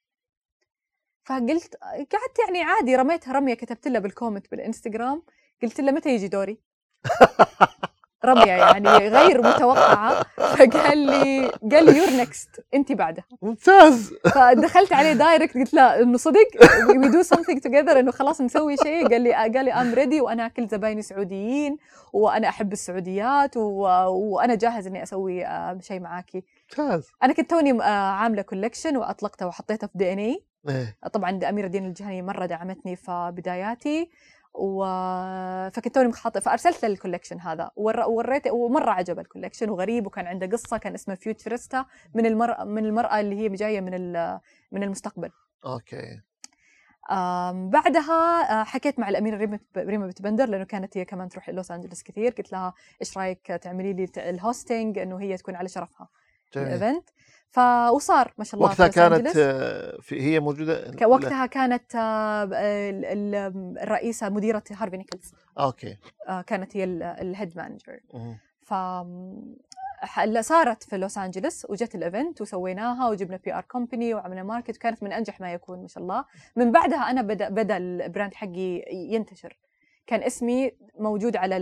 فقلت قعدت يعني عادي رميتها رميه، كتبت له بالكومنت بالانستغرام، قلت له متى يجي دوري؟ رميه يعني غير متوقعه. فقال لي يور نكست، انت بعدها. ممتاز. فدخلت عليه دايركت قلت له انه صدق وي دو سمثينج توجذر، انه خلاص نسوي شيء. قال لي ام ريدي، وانا كل زبايني سعوديين، وانا احب السعوديات، وانا جاهز اني اسوي شيء معاكي. ممتاز. انا كنت توني عامله كولكشن واطلقته وحطيته في DNA. طبعا أميرة دين الجهني مرة دعمتني في بداياتي، فكنت توني مخاطئة، فأرسلت له الكولكشن هذا ووريته، ومرة عجب الكولكشن وغريب، وكان عنده قصة، كان اسمه فيوتشرستا، من المرأة اللي هي جاية من المستقبل. أوكي. بعدها حكيت مع الأميرة ريما بتبندر، لأنه كانت هي كمان تروح لوس أنجلوس كثير. قلت لها إيش رأيك تعملي لي الهوستينج، إنه هي تكون على شرفها الإيفنت. وصار ما شاء الله. وقتها كانت هي موجودة؟ وقتها كانت الرئيسة مديرة هارفي نيكلز. أوكي. كانت هي الهيد مانجر. صارت في لوس أنجلوس، وجت الإيفنت وسويناها، وجبنا PR كومباني وعملنا ماركت، وكانت من أنجح ما يكون ما شاء الله. من بعدها أنا بدأ البراند حقي ينتشر. كان اسمي موجود على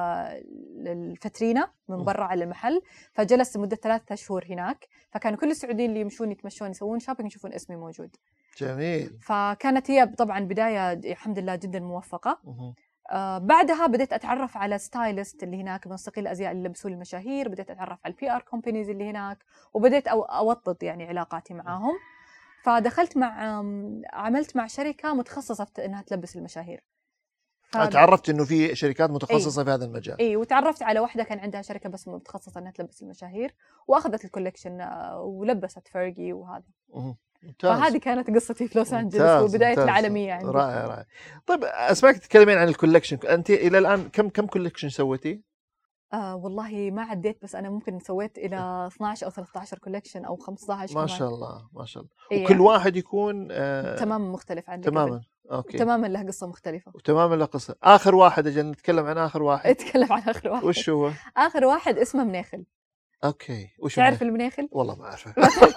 الفترينة من برا على المحل، فجلست مدة 3 شهور هناك، فكانوا كل السعوديين اللي يمشون يتمشون يسوون شوبينج يشوفون اسمي موجود. جميل. فكانت هي طبعا بداية الحمد لله جدا موفقة. بعدها بديت أتعرف على ستايلست اللي هناك، منسقين الأزياء اللي يلبسون المشاهير، بديت أتعرف على PR كومبانيز اللي هناك، وبديت أوطد يعني علاقاتي معاهم. فدخلت عملت مع شركة متخصصة في إنها تلبس المشاهير. تعرفت إنه في شركات متخصصة في هذا المجال. وتعرفت على واحدة كان عندها شركة بس متخصصة إنها تلبس المشاهير، وأخذت الكولكشن ولبست فيرجي وهذا. فهذه كانت قصتي في لوس أنجلوس وبداية العالمية عندي. رائع. طيب أسمعك تتكلمين عن الكولكشن، أنت إلى الآن كم كولكشن سويتي؟ والله ما عديت، بس أنا ممكن سويت إلى 12 أو 13 كولكشن أو 15 ما كمان. شاء الله ما شاء الله. وكل واحد يكون تماما مختلف عن تماما. أوكي. تماما له قصة مختلفة. وتماما له قصة. آخر واحد أجل نتكلم عن آخر واحد. اتكلم عن آخر واحد. وش هو؟ آخر واحد اسمه مناخل. اوكي. وش تعرف المناخل؟ والله ما اعرفه.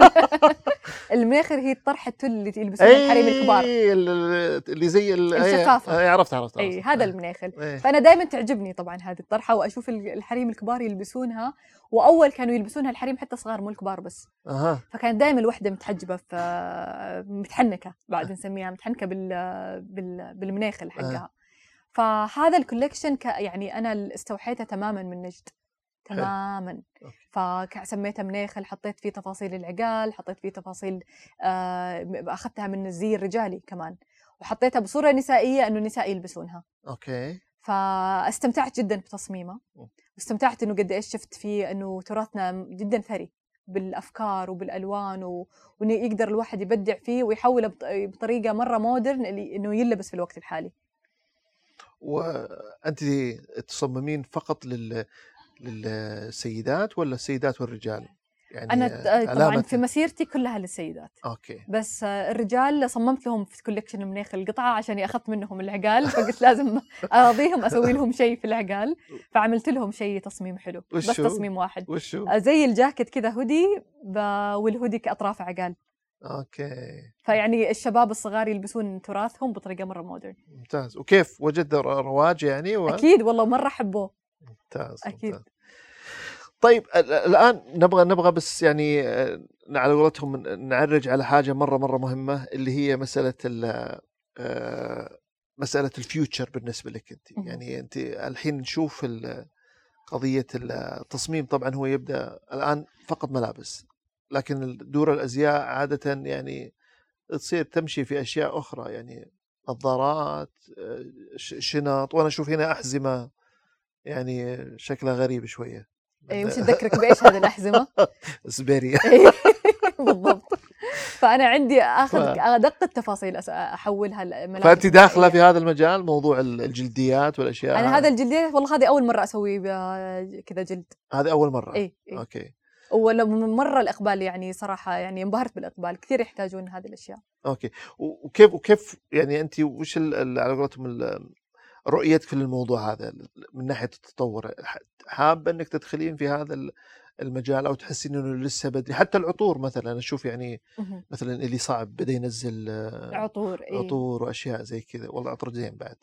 المناخل هي الطرحه التل اللي يلبسونها الحريم الكبار، اللي زي الشفافه. عرفت. اي هذا المناخل. فانا دائما تعجبني طبعا هذه الطرحه، واشوف الحريم الكبار يلبسونها، واول كانوا يلبسونها الحريم حتى صغار مو الكبار بس. فكانت دائما الوحده متحجبه في متحنكه، بعد نسميها متحنكه بالمناخل حقها. فهذا الكولكشن يعني انا استوحيته تماما من نجد تماما. فسميته مناخل، حطيت فيه تفاصيل العقال، حطيت فيه تفاصيل أخذتها من الزي الرجالي كمان، وحطيتها بصورة نسائية أنه النساء يلبسونها. أوكي. فاستمتعت جدا بتصميمه، واستمتعت أنه قد إيش شفت فيه أنه تراثنا جدا ثري بالأفكار وبالألوان، وأنه يقدر الواحد يبدع فيه ويحوله بطريقة مرة مودرن أنه يلبس في الوقت الحالي. وأنت تصممين فقط للسيدات ولا السيدات والرجال؟ يعني أنا طبعا علامة. في مسيرتي كلها للسيدات، أوكي. بس الرجال صممت لهم في كولكشن منيخ القطعة عشان أخذت منهم العقال، فقلت لازم أراضيهم أسوي لهم شيء في العقال، فعملت لهم شيء تصميم حلو. بس وشو؟ تصميم واحد وشو؟ زي الجاكيت كذا هودي والهودي كأطراف عقال. أوكي. فيعني الشباب الصغار يلبسون تراثهم بطريقة مرة مودرن. ممتاز. وكيف وجد رواج يعني أكيد والله مرة حبوه. ممتاز. أكيد. ممتاز. طيب الآن نبغى بس يعني على قولتهم نعرج على حاجة مرة مهمة، اللي هي مسألة الفيوتشر بالنسبة لك أنت. يعني أنت الحين نشوف قضية التصميم، طبعا هو يبدأ الآن فقط ملابس، لكن دور الأزياء عادة يعني تصير تمشي في أشياء أخرى، يعني نظارات، شنط، وأنا أشوف هنا أحزمة يعني شكلها غريب شوية. وش تذكرك بإيش هذه الأحزمة؟ سبيريا. بالضبط. فأنا عندي أخذ أدق التفاصيل أحولها الملابس. فأنت داخلة في هذا المجال، موضوع الجلديات والأشياء. أنا هذا الجلديات والله هذه أول مرة أسوي كذا جلد. هذه أول مرة. إيه. أوكي. ولا مرة الإقبال يعني صراحة يعني انبهرت بالإقبال، كثير يحتاجون هذه الأشياء. أوكي. وكيف يعني أنت وش على قولتهم رؤيتك في الموضوع هذا من ناحية التطور؟ حابة أنك تدخلين في هذا المجال، أو تحسين أنه لسه بدري؟ حتى العطور مثلا أشوف يعني مثلا اللي صعب بدأ ينزل عطور. عطور وأشياء زي كذا، والله عطر زين بعد.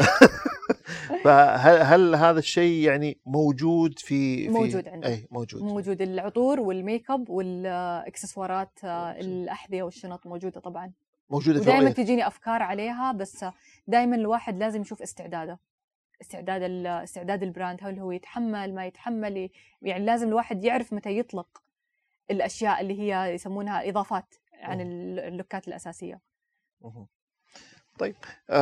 فهل هذا الشيء يعني موجود موجود عندنا؟ أي موجود العطور والميك اب والإكسسوارات، الأحذية والشنط موجودة طبعا، موجودة. ودائما تجيني أفكار عليها، بس دائما الواحد لازم يشوف استعداد البراند، هل هو يتحمل ما يتحمل. يعني لازم الواحد يعرف متى يطلق الأشياء اللي هي يسمونها إضافات عن اللوكات الأساسية. طيب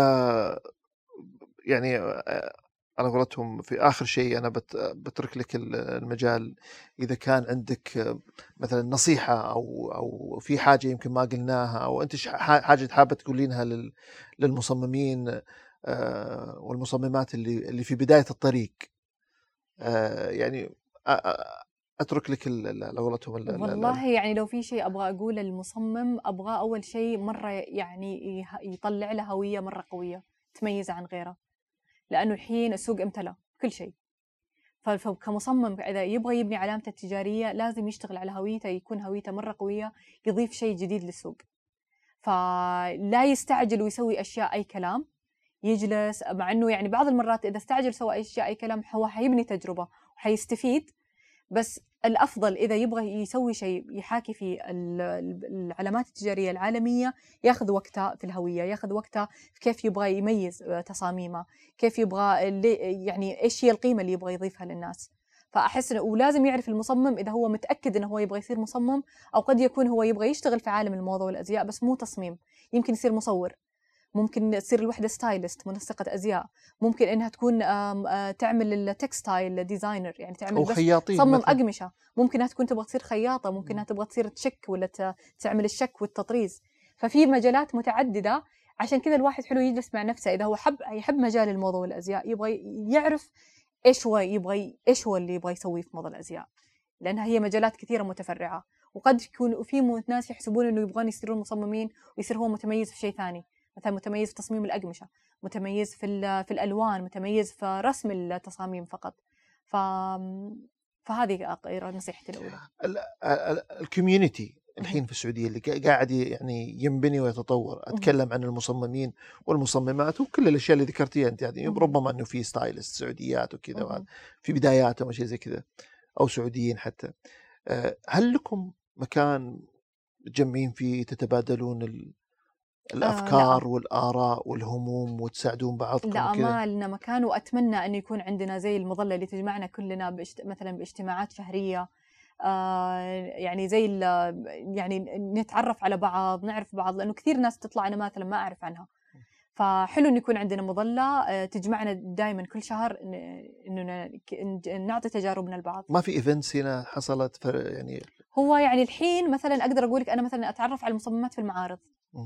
يعني على قولتهم في آخر شيء أنا بترك لك المجال، إذا كان عندك مثلا نصيحة أو في حاجة يمكن ما قلناها، أو أنت حاجة حابة تقولينها للمصممين والمصممات اللي في بداية الطريق، يعني أترك لك على قولتهم. والله يعني لو في شيء أبغى أقوله للمصمم، أبغى أول شيء مرة يعني يطلع له هوية مرة قوية تميز عن غيره، لأنه الحين السوق امتلأ كل شيء. فكمصمم إذا يبغى يبني علامته التجارية لازم يشتغل على هويته، يكون هويته مرة قوية، يضيف شيء جديد للسوق. فلا يستعجل ويسوي أشياء أي كلام، يجلس، مع أنه يعني بعض المرات إذا استعجل سوى أشياء أي كلام هو حيبني تجربة وحيستفيد، بس الأفضل إذا يبغى يسوي شيء يحاكي في العلامات التجارية العالمية، ياخذ وقته في الهوية، ياخذ وقته في كيف يبغى يميز تصاميمه، كيف يبغى يعني إيش هي القيمة اللي يبغى يضيفها للناس. فأحس ولازم يعرف المصمم إذا هو متأكد إنه هو يبغى يصير مصمم، أو قد يكون هو يبغى يشتغل في عالم الموضة والأزياء بس مو تصميم، يمكن يصير مصور، ممكن تصير الوحدة ستايلست منسقة أزياء، ممكن إنها تكون تعمل التكستايل ديزاينر، يعني تعمل بس تصمم أقمشة، ممكن إنها تكون تبغى تصير خياطة، ممكن إنها تبغى تصير تشك ولا تعمل الشك والتطريز. ففي مجالات متعددة، عشان كذا الواحد حلو يجلس مع نفسه إذا هو يحب مجال الموضة والأزياء، يبغى يعرف إيش هو اللي يبغى يسويه في موضة الأزياء، لأنها هي مجالات كثيرة متفرعة، وقد يكون في ناس يحسبون إنه يبغون يصيرون مصممين ويصير هو متميز في شيء ثاني، مثلا متميز في تصميم الأقمشة، متميز في الألوان، متميز في رسم التصاميم فقط. فهذه نصيحتي الأولى. الكوميونتي الحين في السعودية اللي قاعد يعني ينبني ويتطور، أتكلم عن المصممين والمصممات وكل الأشياء اللي ذكرتيها أنت، يعني ربما أنه في ستايلست سعوديات وكذا في بداياتهم أو شيء زي كذا، أو سعوديين حتى. هل لكم مكان تجمعين فيه تتبادلون الأفكار والآراء والهموم وتساعدون بعضكم؟ لا ما لنا مكان، وأتمنى أن يكون عندنا زي المظلة اللي تجمعنا كلنا مثلا باجتماعات شهرية، يعني زي يعني نتعرف على بعض، نعرف بعض، لأنه كثير ناس تطلع أنا مثلا ما أعرف عنها. فحلو إن يكون عندنا مظلة تجمعنا دائما كل شهر، إنه نعطي تجاربنا لبعض. ما في إيفنتس هنا حصلت يعني؟ هو يعني الحين مثلا أقدر أقولك أنا مثلا أتعرف على المصممات في المعارض،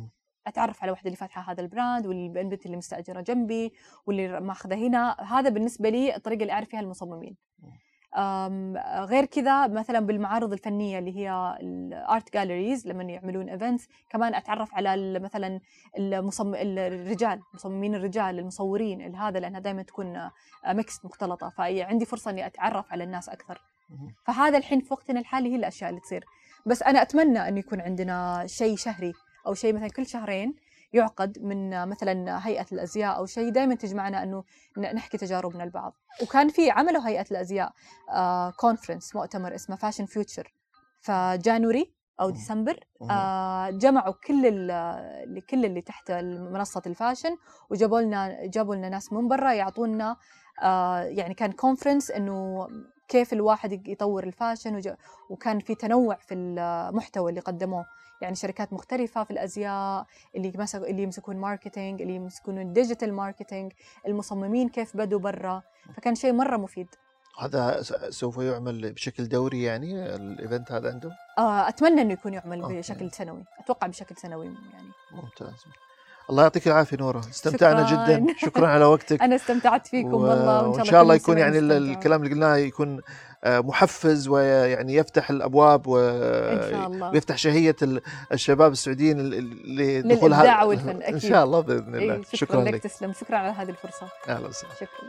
أتعرف على واحدة اللي فاتحة هذا البراند، والبنت اللي مستأجرة جنبي، واللي ماخذة هنا. هذا بالنسبة لي الطريقة اللي أعرف فيها المصممين. غير كذا مثلا بالمعارض الفنية اللي هي الارت جاليريز، لما يعملون ايفنتس كمان أتعرف على مثلا الرجال، مصممين الرجال، المصورين هذا، لأنها دائما تكون ميكس مختلطة، فعندي فرصة إني أتعرف على الناس أكثر. فهذا الحين في وقتنا الحالي هي الأشياء اللي تصير. بس أنا أتمنى أن يكون عندنا شيء شهري أو شيء مثلا كل شهرين يعقد من مثلا هيئة الأزياء أو شيء دائما تجمعنا أنه نحكي تجاربنا البعض. وكان في عملوا هيئة الأزياء كونفرنس، مؤتمر اسمه فاشن فيوتشر، فجانوري أو ديسمبر جمعوا كل اللي تحت منصة الفاشن، جابوا لنا ناس من برا يعطونا يعني كان كونفرنس إنه كيف الواحد يطور الفاشن، وكان في تنوع في المحتوى اللي قدموه، يعني شركات مختلفة في الأزياء، اللي يمسكون ماركتينج، اللي يمسكون الديجيتال ماركتينج، المصممين كيف بدوا برا. فكان شيء مرة مفيد. هذا سوف يعمل بشكل دوري يعني الإيفنت هذا عندهم؟ أتمنى إنه يكون يعمل بشكل سنوي، أتوقع بشكل سنوي يعني. ممتاز. الله يعطيك العافية نورة، استمتعنا جدا. شكرا على وقتك. أنا استمتعت فيكم والله، وإن شاء الله يكون يعني الكلام اللي قلناه يكون محفز، ويعني يفتح الأبواب إن شاء الله، ويفتح شهية الشباب السعوديين لدخول للإبداع والفن. إن شاء الله بإذن الله. شكرا لك، تسلم، شكرا على هذه الفرصة. أهلا وسهلا. شكرا.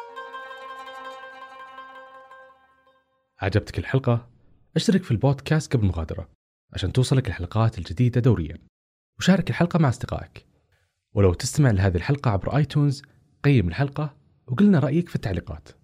عجبتك الحلقة؟ اشترك في البودكاست قبل المغادرة عشان توصلك الحلقات الجديدة دوريا، وشارك الحلقة مع أصدقائك. ولو تستمع لهذه الحلقة عبر آيتونز، قيم الحلقة وقلنا رأيك في التعليقات.